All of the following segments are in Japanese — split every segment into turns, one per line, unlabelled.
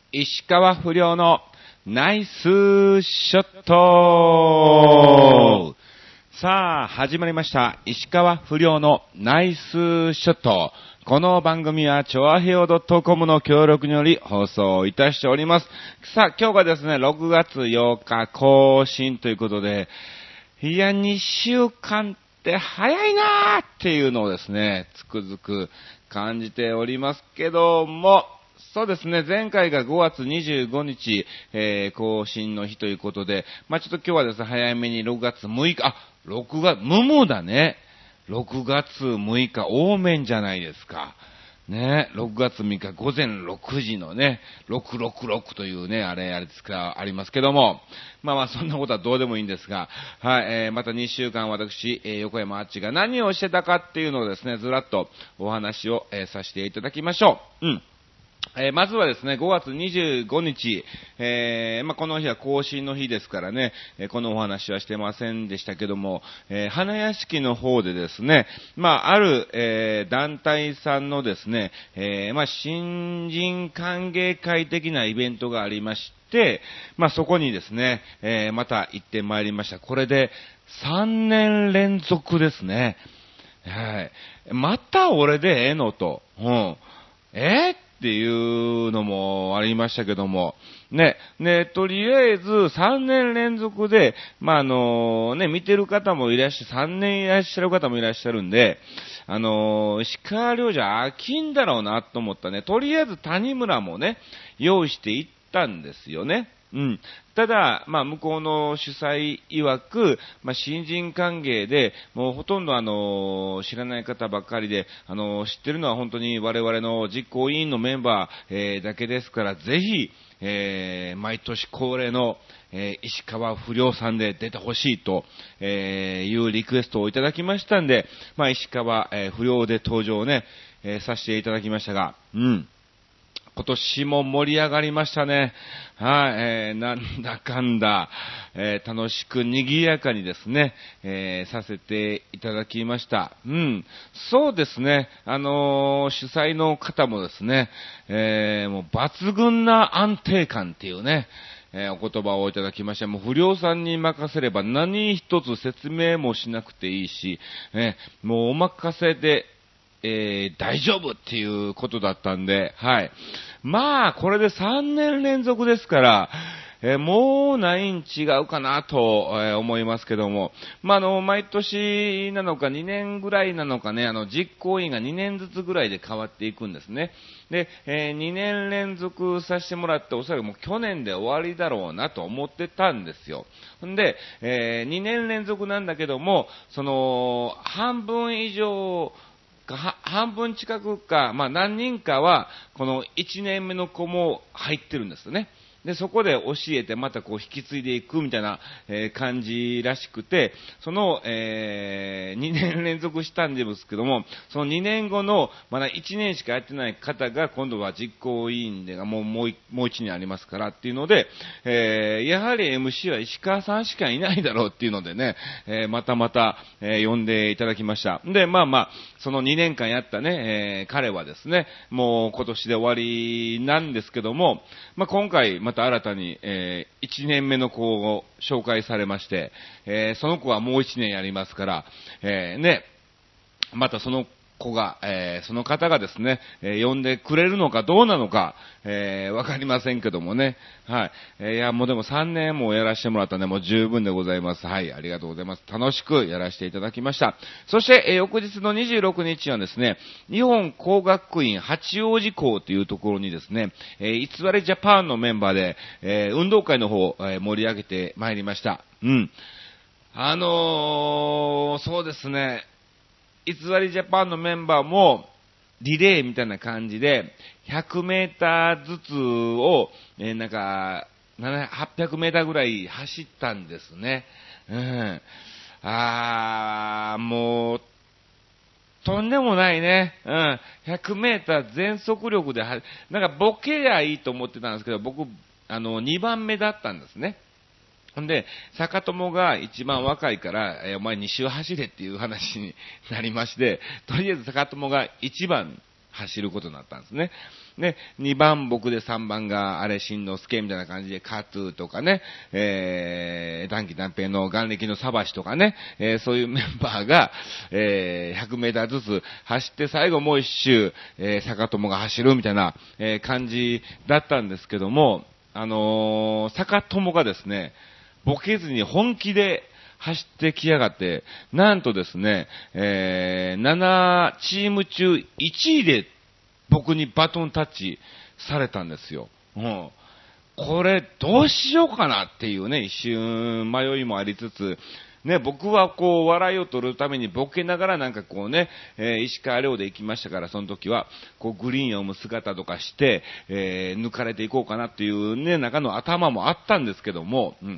石川不良のナイスショット。さあ、始まりました。石川不良のナイスショット。この番組は、チョアヘオ .com の協力により放送いたしております。さあ、今日がですね、6月8日更新ということで、いや、2週間って早いなーっていうのをですね、つくづく感じておりますけども、そうですね、前回が5月25日、更新の日ということで、ちょっと今日はですね、早めに6月6日、6月、だね。6月6日、多めんじゃないですか。ね、6月3日午前6時のね、666というね、あれですか、ありますけども、そんなことはどうでもいいんですが、はい、また2週間私、横山あっちが何をしてたかっていうのをですね、ずらっとお話を、させていただきましょう。まずはですね、5月25日、この日は更新の日ですからね、このお話はしてませんでしたけども、花屋敷の方でですね、ある、団体さんのですね、新人歓迎会的なイベントがありまして、そこにですね、また行ってまいりました。これで3年連続ですね。はい。また俺でええのと。っていうのもありましたけども、ね、とりあえず3年連続で、見てる方もいらっしゃる、3年いらっしゃる方もいらっしゃるんで、石川遼じゃ飽きんだろうなと思ったね。とりあえず谷村もね、用意していったんですよね。ただ、向こうの主催曰く、新人歓迎で、もうほとんど知らない方ばっかりで、知ってるのは本当に我々の実行委員のメンバー、だけですから、ぜひ、毎年恒例の、石川不良さんで出てほしいと、いうリクエストをいただきましたんで、石川、不良で登場をね、させていただきましたが、今年も盛り上がりましたね。はい、なんだかんだ、楽しく賑やかにですね、させていただきました。そうですね、主催の方もですね、もう抜群な安定感っていうね、お言葉をいただきまして、もう不良さんに任せれば何一つ説明もしなくていいし、もうお任せで、大丈夫っていうことだったんで、はい。これで3年連続ですから、もうないん違うかなと、思いますけども、毎年なのか2年ぐらいなのかね、実行委員が2年ずつぐらいで変わっていくんですね。で、2年連続させてもらって、おそらくもう去年で終わりだろうなと思ってたんですよ。んで、2年連続なんだけども、半分以上、半分近くか、何人かは、この1年目の子も入ってるんですよね。で、そこで教えてまたこう引き継いでいくみたいな、感じらしくて、その、2年連続したんですけども、その2年後の、まだ1年しかやってない方が今度は実行委員でもう1年ありますからっていうので、やはり MC は石川さんしかいないだろうっていうのでね、また、呼んでいただきました。で、その2年間やったね、彼はですね、もう今年で終わりなんですけども、今回また新たに、1年目の子を紹介されまして、その子はもう1年やりますから、またその子が、その方がですね、呼んでくれるのかどうなのか、わかりませんけどもね。はい。いや、もうでも3年もやらせてもらったんで、もう十分でございます。はい。ありがとうございます。楽しくやらせていただきました。そして、翌日の26日はですね、日本工学院八王子校というところにですね、偽りジャパンのメンバーで、運動会の方、盛り上げてまいりました。そうですね、偽りジャパンのメンバーもリレーみたいな感じで100メーターずつを、800メーターぐらい走ったんですね。もうとんでもないね。100メーター全速力でボケりゃいいと思ってたんですけど、僕2番目だったんですね。ほんで、坂友が一番若いから、お前2周走れっていう話になりまして、とりあえず坂友が1番走ることになったんですね。 ね、2番僕で3番があれしんのすけみたいな感じでカトゥーとかね、団体平の眼力のサバシとかね、そういうメンバーが、100メーターずつ走って最後もう一周、坂友が走るみたいな、感じだったんですけども、坂友がですね、ボケずに本気で走ってきやがって、なんとですね、7チーム中1位で僕にバトンタッチされたんですよ。うん。これどうしようかなっていうね、一瞬迷いもありつつ、ね、僕はこう笑いを取るためにボケながらなんかこうね、石川遼で行きましたから、その時はこうグリーンを読む姿とかして、抜かれていこうかなっていうね、中の頭もあったんですけども、うん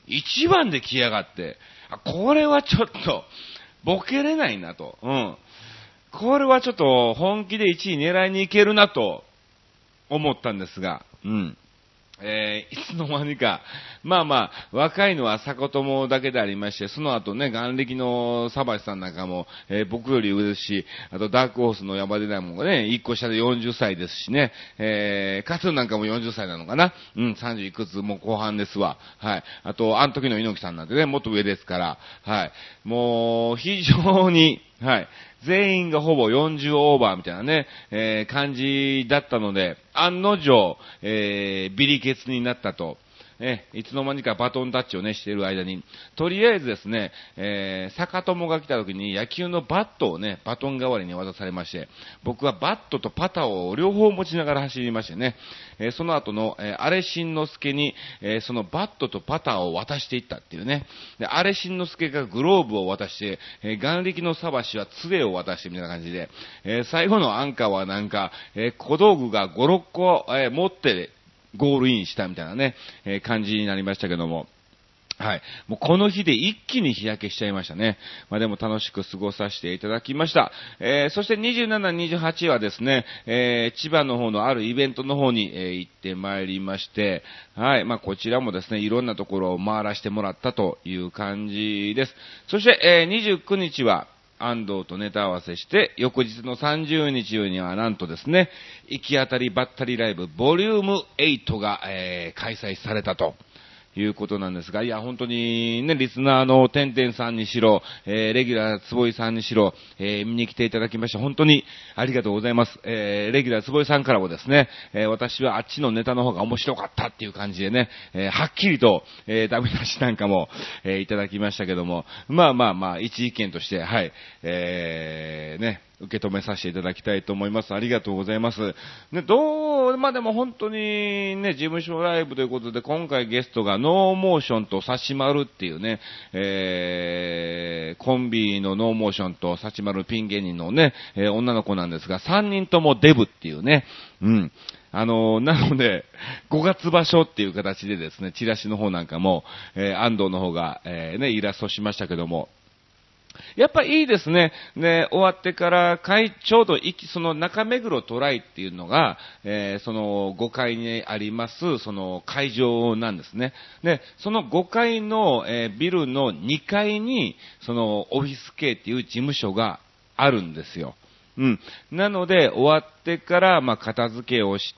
、1番で来やがって、これはちょっとボケれないなと、うん、これはちょっと本気で1位狙いに行けるなと思ったんですが、うん。いつの間にか、まあまあ、若いのは坂友だけでありまして、その後ね、眼力のサバシさんなんかも、僕より上ですし、あとダークホースの山出大もね、1個下で40歳ですしね、カツなんかも40歳なのかな、うん、30いくつも後半ですわ。はい。あと、あの時の猪木さんなんてね、もっと上ですから、はい。もう、非常に、はい。全員がほぼ40オーバーみたいなね、感じだったので、案の定、ビリケツになったと。いつの間にかバトンタッチをね、している間に、とりあえずですね、坂友が来た時に野球のバットをね、バトン代わりに渡されまして、僕はバットとパターを両方持ちながら走りましてね、その後の、アレシンノスケに、そのバットとパターを渡していったっていうね、で、アレシンノスケがグローブを渡して、眼力のサバシは杖を渡してみたいな感じで、最後のアンカーはなんか、小道具が5、6個、持って、ゴールインしたみたいなね、感じになりましたけども。はい。もうこの日で一気に日焼けしちゃいましたね。まあでも楽しく過ごさせていただきました。そして27、28はですね、千葉の方のあるイベントの方に、行ってまいりまして、はい。まあこちらもですね、いろんなところを回らせてもらったという感じです。そして、29日は、安藤とネタ合わせして、翌日の30日にはなんとですね、行き当たりばったりライブボリューム8が、開催されたということなんですが、いや本当にね、リスナーのてんてんさんにしろ、レギュラー坪井さんにしろ、見に来ていただきまして本当にありがとうございます。レギュラー坪井さんからもですね、私はあっちのネタの方が面白かったっていう感じでね、はっきりと、ダメ出しなんかも、いただきましたけども、まあまあまあ一意見としてはい、ね。受け止めさせていただきたいと思います。ありがとうございます。ね、まあでも本当にね、事務所ライブということで、今回ゲストがノーモーションとサチマルっていうね、コンビのノーモーションとサチマルピン芸人のね、女の子なんですが、3人ともデブっていうね、うん。なので、5月場所っていう形でですね、チラシの方なんかも、安藤の方が、ね、イラストしましたけども、やっぱいいですね。で、終わってからちょうどその中目黒トライっていうのが、その5階にあります、その会場なんですね。で、その5階の、ビルの2階に、そのオフィス系っていう事務所があるんですよ。うん。なので、終わってから、まあ、片付けをして、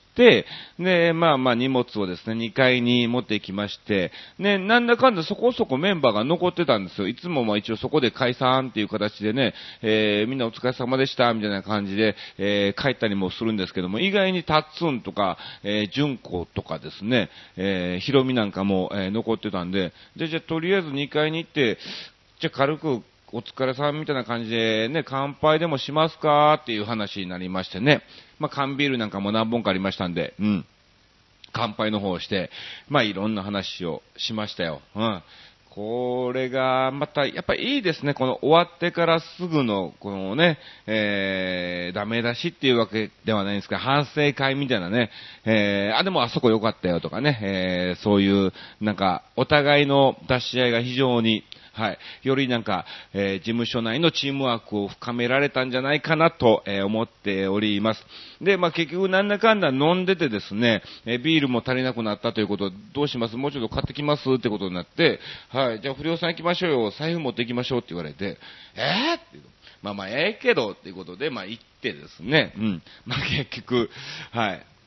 で、まあまあ、荷物をですね、2階に持ってきまして、ね、なんだかんだそこそこメンバーが残ってたんですよ。いつもまあ一応そこで解散っていう形でね、みんなお疲れ様でした、みたいな感じで、帰ったりもするんですけども、意外にタッツンとか、純子とかですね、ヒロミなんかも、残ってたんで、じゃあとりあえず2階に行って、じゃあ軽く、お疲れさんみたいな感じでね、乾杯でもしますかっていう話になりましてね。まあ、缶ビールなんかも何本かありましたんで、うん。乾杯の方をして、まあ、いろんな話をしましたよ。うん。これが、また、やっぱりいいですね。この終わってからすぐの、このね、ダメ出しっていうわけではないんですけど、反省会みたいなね、でもあそこ良かったよとかね、そういう、なんか、お互いの出し合いが非常に、はい。よりなんか、事務所内のチームワークを深められたんじゃないかなと、思っております。で、まあ、結局なんだかんだ飲んでてですね、ビールも足りなくなったということで、どうしますもうちょっと買ってきますってことになって、はい。じゃあ不良さん行きましょうよ。財布持って行きましょうって言われて、っていう。まあまあ、けどっていうことで、まあ行ってですね、うん。まあ結局、はい。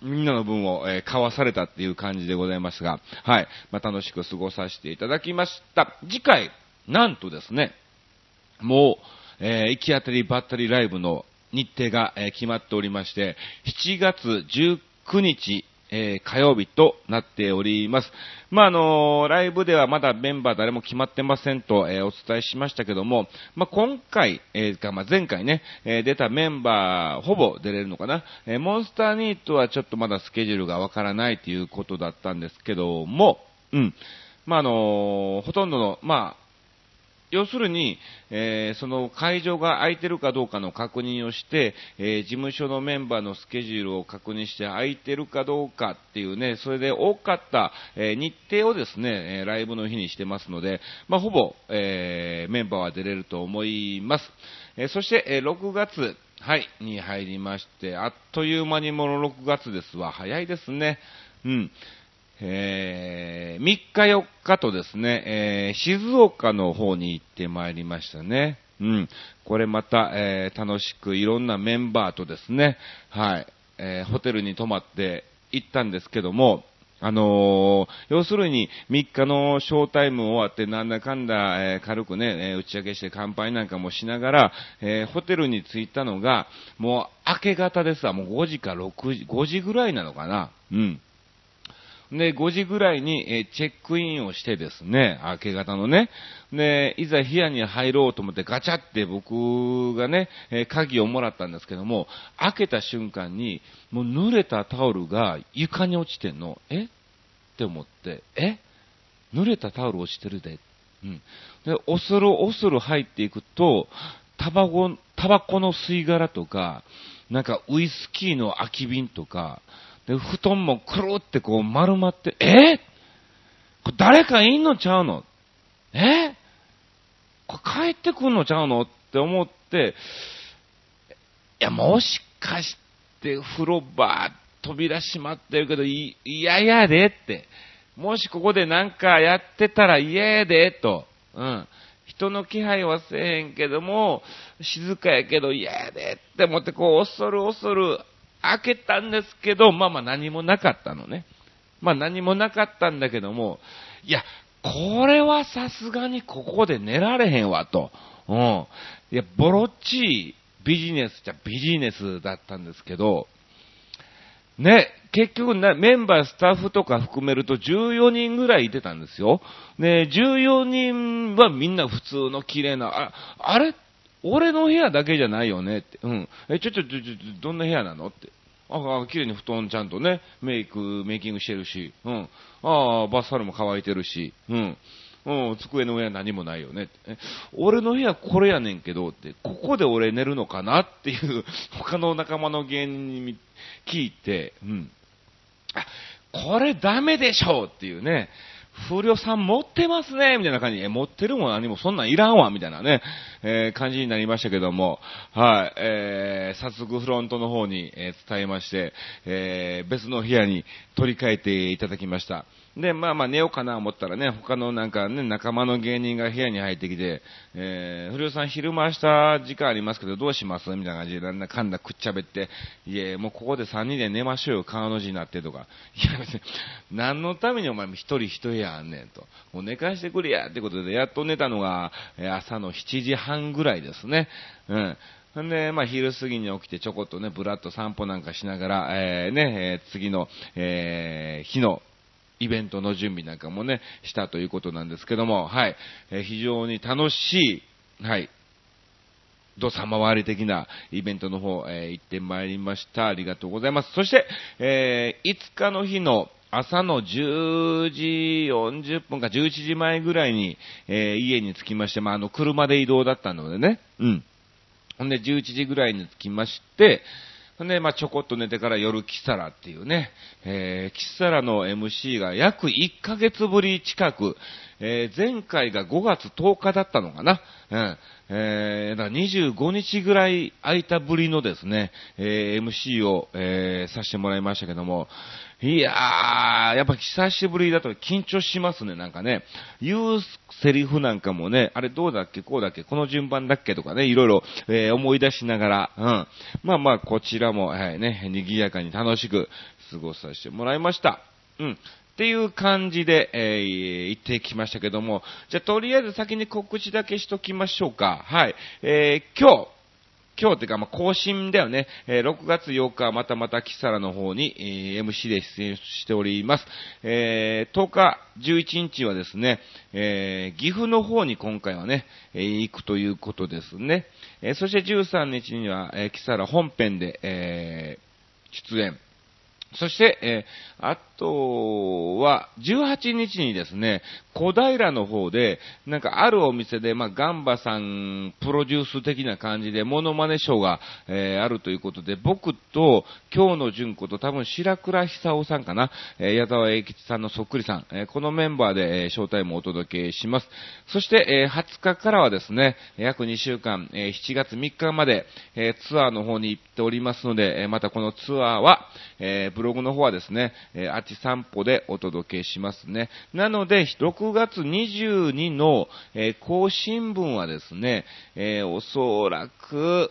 みんなの分を、買わされたっていう感じでございますが、はい。まあ、楽しく過ごさせていただきました。次回、なんとですね、もう、行き当たりばったりライブの日程が、決まっておりまして、7月19日、火曜日となっております。まあ、ライブではまだメンバー誰も決まってませんと、お伝えしましたけども、まあ、今回、前回ね、出たメンバーほぼ出れるのかな。モンスターニートはちょっとまだスケジュールがわからないということだったんですけども、まあ、ほとんどの、まあ、要するに、その会場が空いてるかどうかの確認をして、事務所のメンバーのスケジュールを確認して空いてるかどうかっていうね、それで多かった、日程をですね、ライブの日にしてますので、まあ、ほぼ、メンバーは出れると思います。そして、6月、はい、に入りまして、あっという間にもの6月ですわ。早いですね。3日4日とですね、静岡の方に行ってまいりましたね。これまた、楽しくいろんなメンバーとですね、はい、ホテルに泊まって行ったんですけども、要するに3日のショータイム終わってなんだかんだ、軽くね、打ち上げして乾杯なんかもしながら、ホテルに着いたのが、もう明け方ですわ。もう5時か6時、5時ぐらいなのかな。で、5時ぐらいに、チェックインをしてですね、明け方のね。で、いざ部屋に入ろうと思ってガチャって僕がね、鍵をもらったんですけども、開けた瞬間に、もう濡れたタオルが床に落ちてんの。って思って、濡れたタオル落ちてるで。で、恐る入っていくと、タバコの吸い殻とか、なんかウイスキーの空き瓶とか、で、布団もくるってこう丸まって、これ誰かいんのちゃうのこれ帰ってくんのちゃうのって思って、いや、もしかして風呂場、扉閉まってるけど、嫌やでって。もしここでなんかやってたら嫌やで、と。人の気配はせえへんけども、静かやけど嫌やでって思ってこう、恐る開けたんですけど、まあ何もなかったのね。何もなかったんだけども、いや、これはさすがにここで寝られへんわと。いや、ボロっちいビジネスじゃビジネスだったんですけど、ね、結局メンバー、スタッフとか含めると14人ぐらいいてたんですよ。ね、14人はみんな普通の綺麗な、あれ俺の部屋だけじゃないよねって。どんな部屋なのって。綺麗に布団ちゃんとね、メイキングしてるし、バスタオルも乾いてるし、机の上は何もないよねって。俺の部屋これやねんけどって、ここで俺寝るのかなっていう他の仲間の芸人に聞いて、これダメでしょうっていうね、不良さん持ってますねみたいな感じで、持ってるも何もそんなんいらんわみたいなね、感じになりましたけども、はい、早速フロントの方に、伝えまして、別の部屋に取り替えていただきました。で、寝ようかな思ったらね、他のなんかね、仲間の芸人が部屋に入ってきて、不良さん昼間明日時間ありますけどどうしますみたいな感じで、なんだかんだくっちゃべって、いえ、もうここで3人で寝ましょうよ、川の字になってとか。いや別に、何のためにお前一人一部屋あんねんと。もう寝かしてくれやってことで、やっと寝たのが、朝の7時半ぐらいですね。んで、昼過ぎに起きてちょこっとね、ぶらっと散歩なんかしながら、次の、日の、イベントの準備なんかもね、したということなんですけども、はい。非常に楽しい、はい。土佐回り的なイベントの方、行ってまいりました。ありがとうございます。そして、5日の日の朝の10時40分か11時前ぐらいに、家に着きまして、車で移動だったのでね、ほんで、11時ぐらいに着きまして、で、ちょこっと寝てから夜キサラっていうね、キサラの MC が約1ヶ月ぶり近く、前回が5月10日だったのかな。だから25日ぐらい空いたぶりのですね、MC を、させてもらいましたけども、いやー、やっぱ久しぶりだと緊張しますね、なんかね。言うセリフなんかもね、あれどうだっけ、こうだっけ、この順番だっけとかね、いろいろ、思い出しながら、こちらも、はいね、賑やかに楽しく過ごさせてもらいました。っていう感じで、行ってきましたけども、じゃあとりあえず先に告知だけしときましょうか。はい。今日っていうか、更新だよね。6月8日、またキサラの方に、MC で出演しております。10日、11日はですね、岐阜の方に今回はね、行くということですね。そして13日には、キサラ本編で、出演。そして、あとは、18日にですね、小平の方で、なんかあるお店で、ガンバさんプロデュース的な感じで、モノマネショーが、あるということで、僕と、京野純子と多分白倉久夫さんかな、矢沢永吉さんのそっくりさん、このメンバーで、ショータイムをお届けします。そして、20日からはですね、約2週間、7月3日まで、ツアーの方に行っておりますので、またこのツアーは、ブログの方はですね、あち散歩でお届けしますね。なので、6月22の、更新分はですね、おそらく、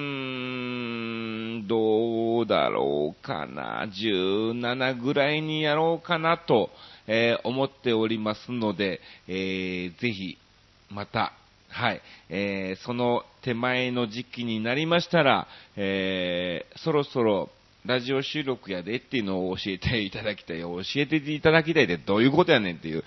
どうだろうかな、17ぐらいにやろうかなと、思っておりますので、ぜひ、また、はい、その手前の時期になりましたら、そろそろ、ラジオ収録やでっていうのを教えていただきたい。教えていただきたいってどういうことやねんっていう、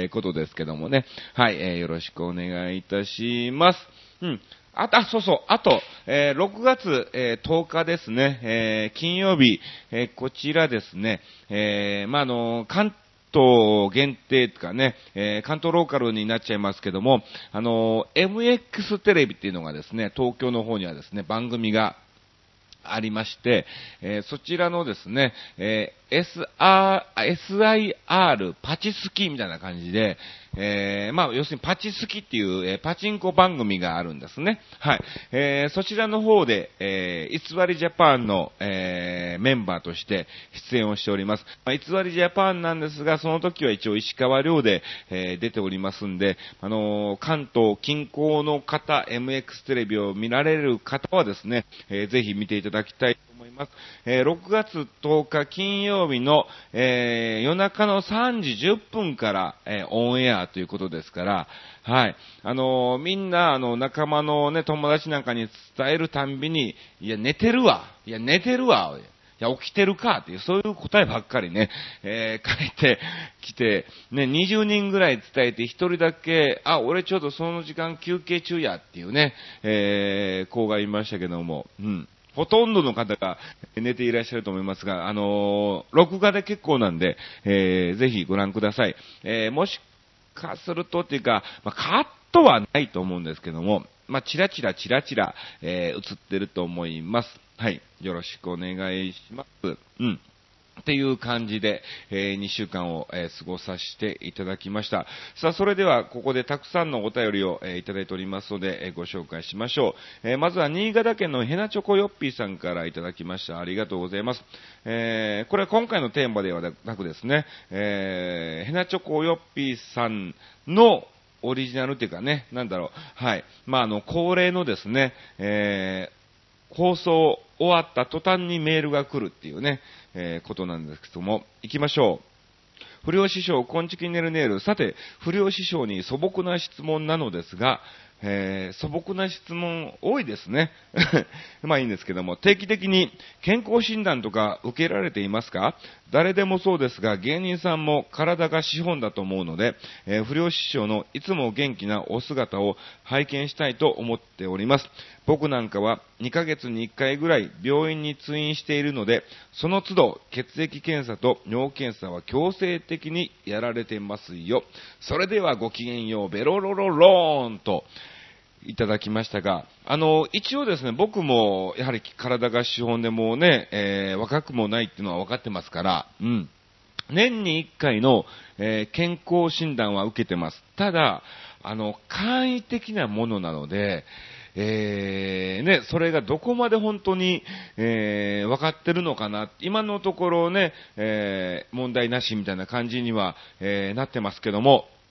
ことですけどもね。はい、よろしくお願いいたします。あと、6月、10日ですね、金曜日、こちらですね、関東限定とかね、関東ローカルになっちゃいますけども、MX テレビっていうのがですね、東京の方にはですね、番組がありまして、そちらのですね、SIR パチスキみたいな感じで、要するにパチスキっていう、パチンコ番組があるんですね。はい。そちらの方で、偽りジャパンの、メンバーとして出演をしております。偽りジャパンなんですが、その時は一応石川遼で、出ておりますんで、関東近郊の方、MX テレビを見られる方はですね、ぜひ見ていただきたいと思います。6月10日金曜日の、夜中の3時10分から、オンエアということですから、はい。みんな、仲間のね、友達なんかに伝えるたんびに、いや、寝てるわ。いや、起きてるかっていう、そういう答えばっかりね、書いてきて、ね、20人ぐらい伝えて、1人だけ、俺ちょっとその時間休憩中やっていうね、子がいましたけども、ほとんどの方が寝ていらっしゃると思いますが、録画で結構なんで、ぜひご覧ください。もしかするとっていうか、カットはないと思うんですけども、チラチラ、映ってると思います。はい。よろしくお願いします。っていう感じで、2週間を、過ごさせていただきました。さあ、それではここでたくさんのお便りを、いただいておりますので、ご紹介しましょう。まずは新潟県のヘナチョコヨッピーさんからいただきました。ありがとうございます。これは今回のテーマではなくですね、ヘナチョコヨッピーさんのオリジナルっていうかね、はい。恒例のですね、放送終わった途端にメールが来るっていうね、ことなんですけども、行きましょう。不良師匠、こんちきねるねる。さて、不良師匠に素朴な質問なのですが、素朴な質問多いですね。いいんですけども、定期的に健康診断とか受けられていますか？誰でもそうですが、芸人さんも体が資本だと思うので、不良師匠のいつも元気なお姿を拝見したいと思っております。僕なんかは2ヶ月に1回ぐらい病院に通院しているので、その都度血液検査と尿検査は強制的にやられてますよ。それではごきげんよう、ベロロロローンといただきましたが、一応ですね、僕もやはり体が資本でもうね、若くもないっていうのは分かってますから、年に1回の、健康診断は受けてます。ただ、簡易的なものなので、それがどこまで本当に、分かってるのかな。今のところね、問題なしみたいな感じには、なってますけども、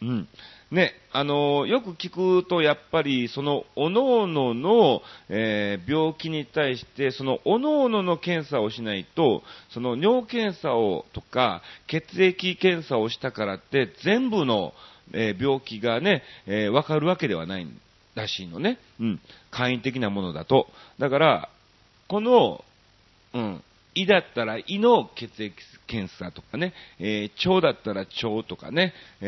うん。ね、よく聞くと、やっぱり、その、各々の、病気に対して、その、各々の検査をしないと、その、尿検査を、とか、血液検査をしたからって、全部の、病気がね、わかるわけではないらしいのね。うん。簡易的なものだと。だから、この、うん。胃だったら胃の血液検査とかね、腸だったら腸とかね、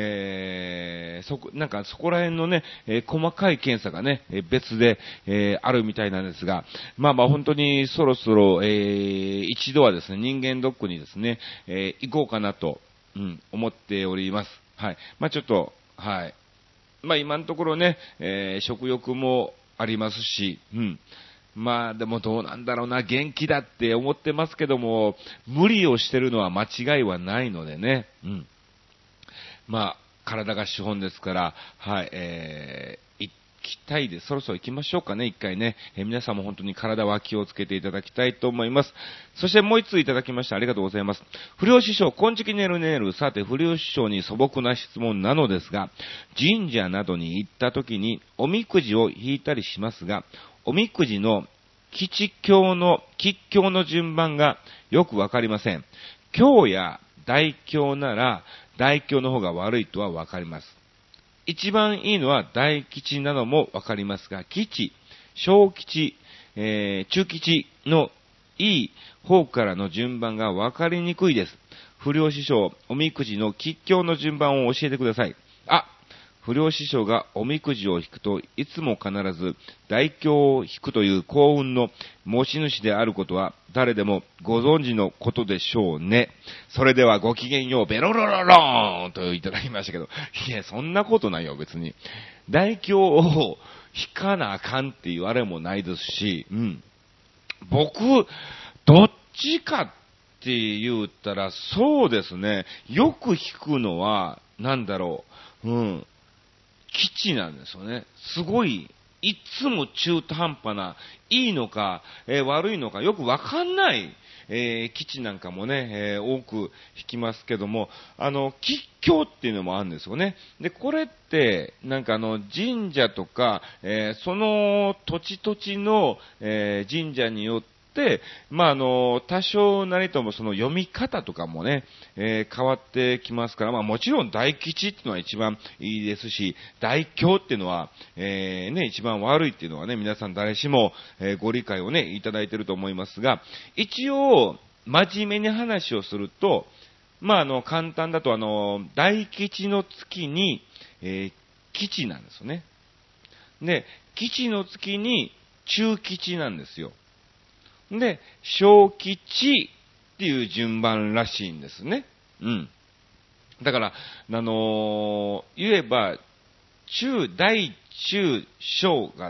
なんかそこら辺のね、細かい検査がね、別で、あるみたいなんですが、まあまあ本当にそろそろ、一度はですね、人間ドックにですね、行こうかなと、うん、思っております。はい。まあちょっと、はい。まあ今のところね、食欲もありますし、うん。まあでもどうなんだろうな、元気だって思ってますけども、無理をしてるのは間違いはないのでね、うん。まあ、体が資本ですから、はい、行きたいです。そろそろ行きましょうかね、一回ね。皆さんも本当に体は気をつけていただきたいと思います。そしてもう一通いただきましてありがとうございます。不良師匠、金色ネルネル。さて、不良師匠に素朴な質問なのですが、神社などに行った時におみくじを引いたりしますが、おみくじの吉凶の順番がよくわかりません。凶や大凶なら大凶の方が悪いとはわかります。一番いいのは大吉なのもわかりますが、吉、小吉、中吉のいい方からの順番がわかりにくいです。不良師匠、おみくじの吉凶の順番を教えてください。不良師匠がおみくじを引くと、いつも必ず大凶を引くという幸運の持ち主であることは誰でもご存知のことでしょうね。それではごきげんよう、ベロロロローンといただきましたけど、いや、そんなことないよ、別に。大凶を引かなあかんっていうあれもないですし、うん。僕、どっちかって言ったら、そうですね、よく引くのは、なんだろう、うん。基地なんですよね。すごい、いつも中途半端な、いいのか、悪いのかよくわかんない、基地なんかもね、多く引きますけども、吉凶っていうのもあるんですよね。で、これって、なんか神社とか、その土地土地の、神社によって、まあ、多少なりともその読み方とかもね、変わってきますから、まあもちろん大吉っていうのは一番いいですし、大凶っていうのは、ね、一番悪いっていうのはね、皆さん誰しも、ご理解をね、いただいていると思いますが、一応、真面目に話をすると、まあ簡単だと大吉の月に、吉なんですよね。で、吉の月に中吉なんですよ。で、小吉っていう順番らしいんですね。うん。だから、言えば、大、中、小があって、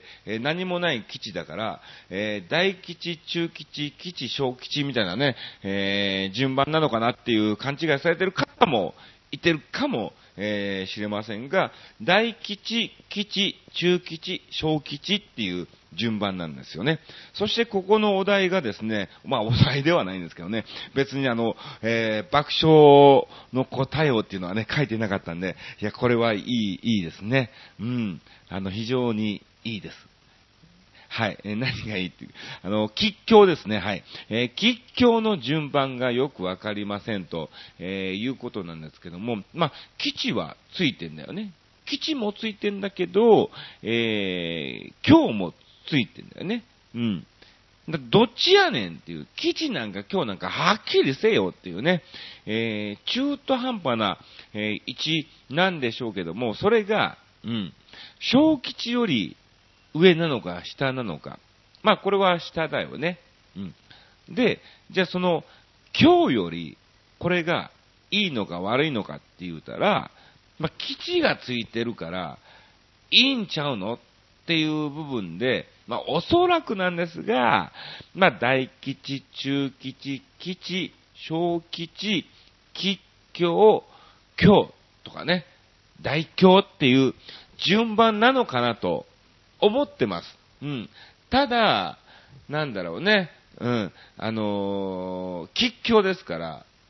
何もない基地だから、大基地、中基地、基地、小基地みたいなね、順番なのかなっていう勘違いされてる方もいてるかも、しれませんが、大基地、基地、中基地、小基地っていう順番なんですよね。そしてここのお題がですね、まあお題ではないんですけどね、別に爆笑の答えをっていうのはね、書いてなかったんで、いや、これはいいですね。うん。非常にいいです。はい。何がいいっていう。吉凶ですね。はい。吉凶の順番がよくわかりませんと、いうことなんですけども、まあ、基地はついてんだよね。基地もついてんだけど、凶もついてんだよね。うん。どっちやねんっていう、基地なんか今日なんかはっきりせよっていうね、中途半端な、位置なんでしょうけども、それが、うん、小基地より上なのか下なのか。まあこれは下だよね。うん。で、じゃあその、今日よりこれがいいのか悪いのかって言うたら、まあ基地がついてるから、いいんちゃうのっていう部分で、まあおそらくなんですが、まあ大吉、中吉、吉、小吉、吉凶、凶とかね、大凶っていう順番なのかなと思ってます。うん。ただ、なんだろうね。うん。吉凶ですから、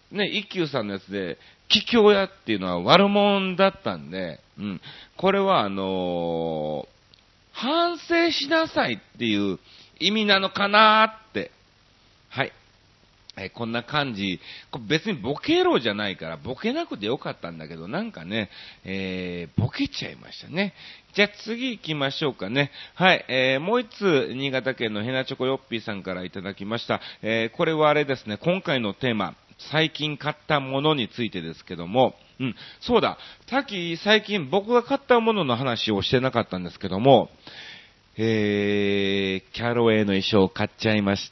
ね、一休さんのやつで、桔梗屋っていうのは悪者だったんで、これは反省しなさいっていう意味なのかなって。はい。こんな感じ。別にボケろじゃないから、ボケなくてよかったんだけど、なんかね、ボケちゃいましたね。じゃあ次行きましょうかね。はい、もう一つ、新潟県のヘナチョコヨッピーさんからいただきました。これはあれですね、今回のテーマ、最近買ったものについてですけども、そうだ、さっき最近僕が買ったものの話をしてなかったんですけども、キャロウェイの衣装を買っちゃいました。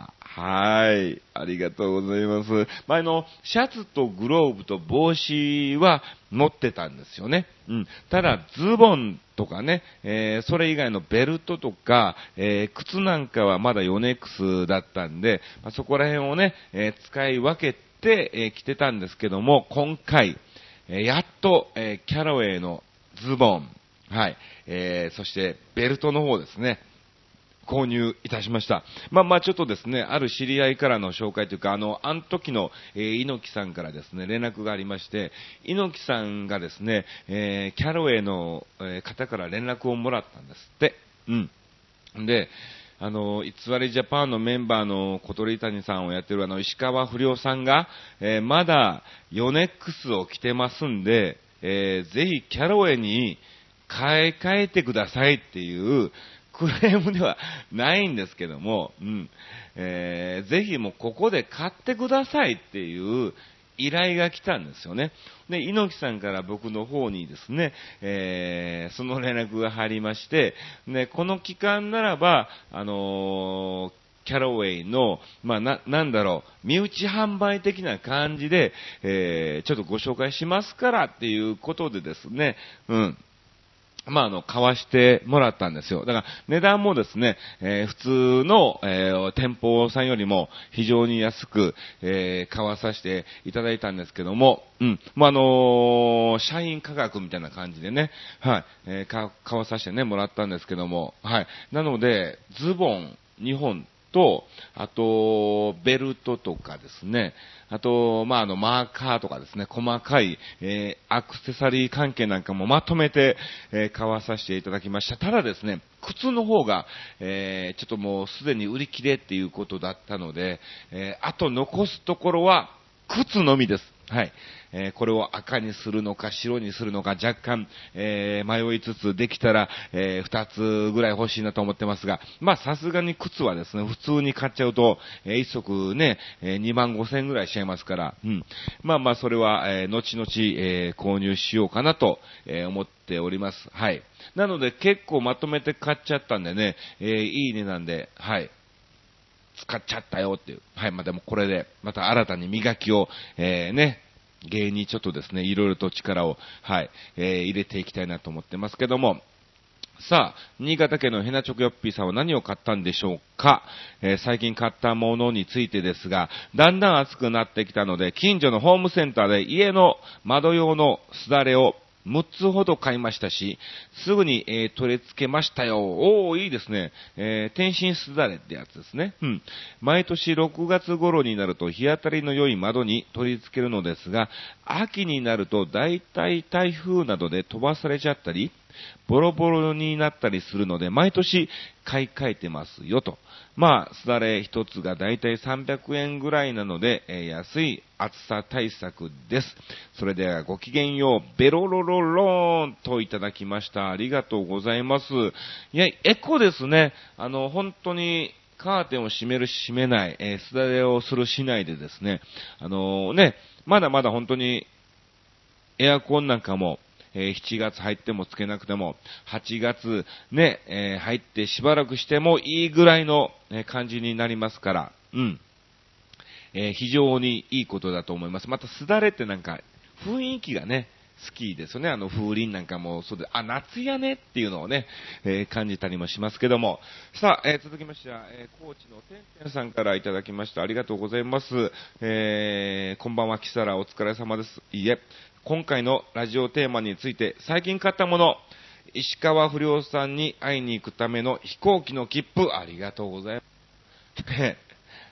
はい。ありがとうございます。前のシャツとグローブと帽子は持ってたんですよね。ただ、ズボンとかね、それ以外のベルトとか、靴なんかはまだヨネックスだったんで、そこら辺をね、使い分けて、着てたんですけども、今回、やっと、キャロウェイのズボン、はい。そして、ベルトの方ですね。購入いたしました。ちょっとですね、ある知り合いからの紹介というか、あの時の、猪木さんからですね、連絡がありまして、猪木さんがですね、キャロウェイの、方から連絡をもらったんですって。で、偽りジャパンのメンバーの小鳥谷さんをやってる石川不良さんが、まだヨネックスを着てますんで、ぜひキャロウェイに買い替えてくださいっていうクレームではないんですけども、ぜひもうここで買ってくださいっていう依頼が来たんですよね。で、猪木さんから僕の方にですね、その連絡が入りまして、ね、この期間ならば、キャロウェイの、なんだろう、身内販売的な感じで、ちょっとご紹介しますからっていうことでですね、買わしてもらったんですよ。だから、値段もですね、普通の、店舗さんよりも非常に安く、買わさせていただいたんですけども、社員価格みたいな感じでね、はい、買わさせてね、もらったんですけども、はい。なので、ズボン2本と、あと、ベルトとかですね、あと、マーカーとかですね、細かい、アクセサリー関係なんかもまとめて、買わさせていただきました。ただですね、靴の方が、ちょっともうすでに売り切れっていうことだったので、あと残すところは、靴のみです。はい。これを赤にするのか白にするのか若干、迷いつつできたら、2つぐらい欲しいなと思ってますが、さすがに靴はですね、普通に買っちゃうと、一足ね、2万5千円ぐらいしちゃいますから、それは、後々、購入しようかなと、思っております。はい。なので結構まとめて買っちゃったんでね、いい値段で、はい。使っちゃったよっていう。はい。でもこれで、また新たに磨きを、芸にちょっとですね、いろいろと力を、はい、入れていきたいなと思ってますけども、さあ、新潟県のヘナチョコヨッピーさんは何を買ったんでしょうか、最近買ったものについてですが、だんだん暑くなってきたので、近所のホームセンターで家の窓用のすだれを6つほど買いましたし、すぐに、取り付けましたよ。おー、いいですね。天津すだれってやつですね。毎年6月頃になると日当たりの良い窓に取り付けるのですが、秋になると大体台風などで飛ばされちゃったり、ボロボロになったりするので、毎年買い替えてますよと。すだれ一つがだいたい300円ぐらいなので、安い暑さ対策です。それではごきげんよう、ベロロロローンといただきました。ありがとうございます。いや、エコですね。本当に、カーテンを閉める閉めない、すだれをするしないでですね、まだまだ本当に、エアコンなんかも、7月入ってもつけなくても、8月ね、入ってしばらくしてもいいぐらいの、感じになりますから、非常にいいことだと思います。また、すだれってなんか、雰囲気がね、好きですよね。風鈴なんかもそうで、夏やねっていうのをね、感じたりもしますけども。さあ、続きましては、高知のてんてんさんからいただきました。ありがとうございます。こんばんは、キサラ、お疲れ様です。いいえ。今回のラジオテーマについて、最近買ったもの、石川不良さんに会いに行くための飛行機の切符、ありがとうございます。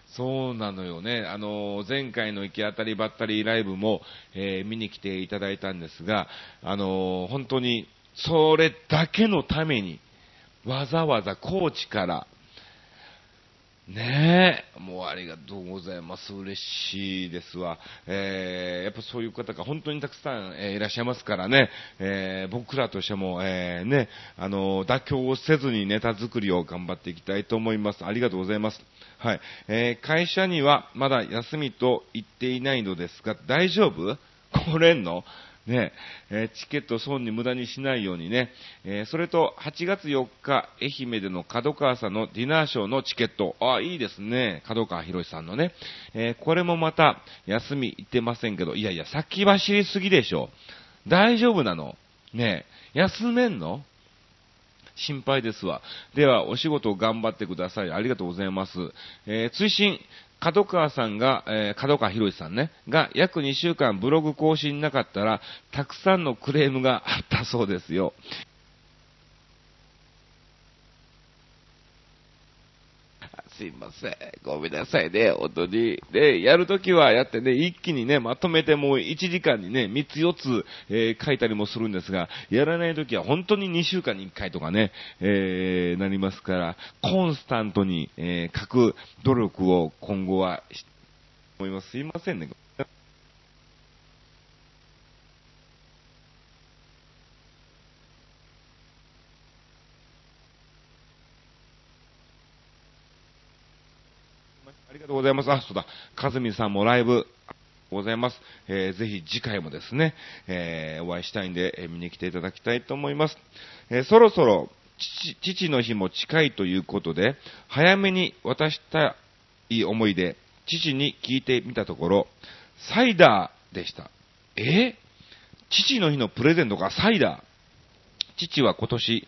そうなのよね。前回の行き当たりばったりライブも、見に来ていただいたんですが、本当に、それだけのために、わざわざ高知から、ねえ、もうありがとうございます。嬉しいですわ。やっぱそういう方が本当にたくさん、いらっしゃいますからね、僕らとしても、ね、妥協をせずにネタ作りを頑張っていきたいと思います。ありがとうございます。はい。会社にはまだ休みと言っていないのですが、大丈夫？来れんの？ね、チケット損に無駄にしないようにね、それと8月4日愛媛での角川さんのディナーショーのチケット、いいですね、角川博さんのね、これもまた休み行ってませんけど、いやいや先走りすぎでしょ。大丈夫なの？ね、休めんの？心配ですわ。では、お仕事頑張ってください。ありがとうございます。追伸、角川さんが、角川博さんね、が約2週間ブログ更新なかったら、たくさんのクレームがあったそうですよ。すいません。ごめんなさいね。本当に。で、やるときはやってね、一気にね、まとめてもう1時間にね、3つ4つ、書いたりもするんですが、やらないときは本当に2週間に1回とかね、なりますから、コンスタントに、書く努力を今後は思います。すいませんね。ありがとうございます。そうだ。かずみさんもライブ、ございます。ぜひ次回もですね、お会いしたいんで、見に来ていただきたいと思います。そろそろ父の日も近いということで、早めに渡したい思いで、父に聞いてみたところ、サイダーでした。父の日のプレゼントがサイダー。父は今年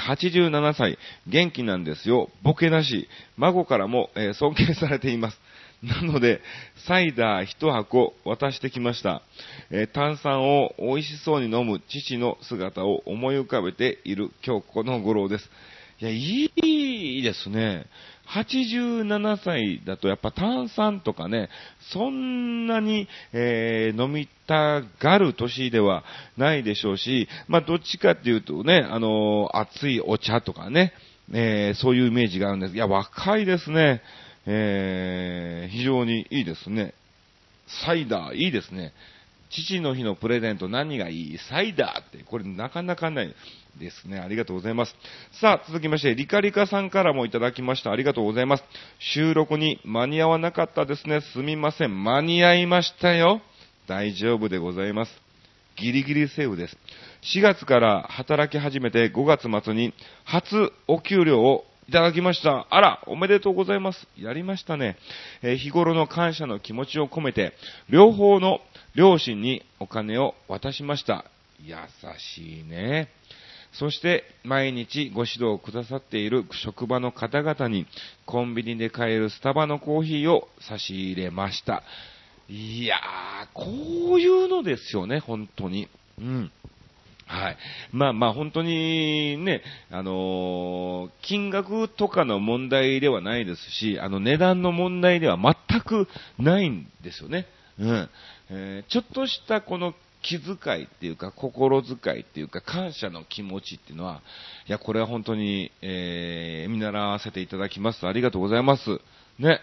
87歳、元気なんですよ。ボケなし。孫からも尊敬されています。なので、サイダー一箱渡してきました。炭酸を美味しそうに飲む父の姿を思い浮かべている今日この頃です。いや、いいですね。87歳だとやっぱ炭酸とかね、そんなに、飲みたがる年ではないでしょうし、まあどっちかっていうとね、熱いお茶とかね、そういうイメージがあるんです。いや、若いですね。非常にいいですね。サイダー、いいですね。父の日のプレゼント何がいい？サイダーって、これなかなかないですね。ありがとうございます。さあ、続きまして、リカリカさんからもいただきました。ありがとうございます。収録に間に合わなかったですね。すみません。間に合いましたよ。大丈夫でございます。ギリギリセーフです。4月から働き始めて5月末に初お給料をいただきました。あら、おめでとうございます。やりましたね。日頃の感謝の気持ちを込めて、両方の両親にお金を渡しました。優しいね。そして、毎日ご指導くださっている職場の方々に、コンビニで買えるスタバのコーヒーを差し入れました。いやー、こういうのですよね、本当に。うん。はい。まあまあ本当にね、金額とかの問題ではないですし、値段の問題では全くないんですよね。うん。ちょっとしたこの気遣いっていうか、心遣いっていうか、感謝の気持ちっていうのは、いや、これは本当に、見習わせていただきます。ありがとうございます。ね。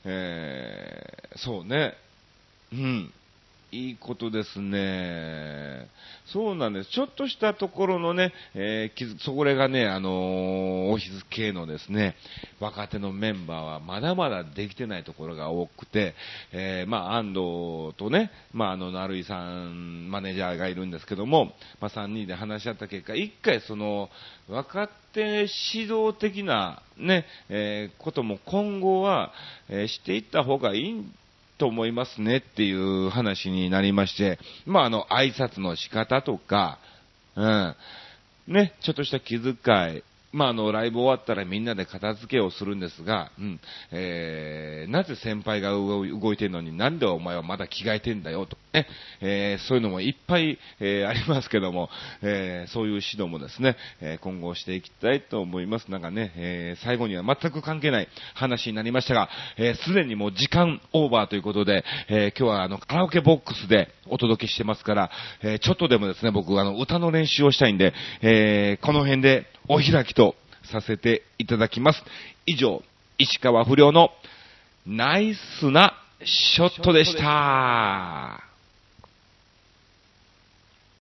そうね。うん。いいことですね。そうなんです。ちょっとしたところのね、それがね、オフィス系のですね、若手のメンバーはまだまだできてないところが多くて、まあ、安藤とね、まあ、成井さん、マネージャーがいるんですけども、まあ、3人で話し合った結果、一回その、若手指導的なね、ことも今後は、していった方がいいんと思いますねっていう話になりまして、まあ挨拶の仕方とか、うん、ね、ちょっとした気遣い、 ライブ終わったらみんなで片付けをするんですが、なぜ先輩が動いてるのになんでお前はまだ着替えてんだよとね、そういうのもいっぱい、ありますけども、そういう指導もですね、今後していきたいと思います。なんかね、最後には全く関係ない話になりましたが、すでにもう時間オーバーということで、今日はカラオケボックスでお届けしてますから、ちょっとでもですね、僕歌の練習をしたいんで、この辺でお開きとさせていただきます。以上、石川不良のナイスなショットでした。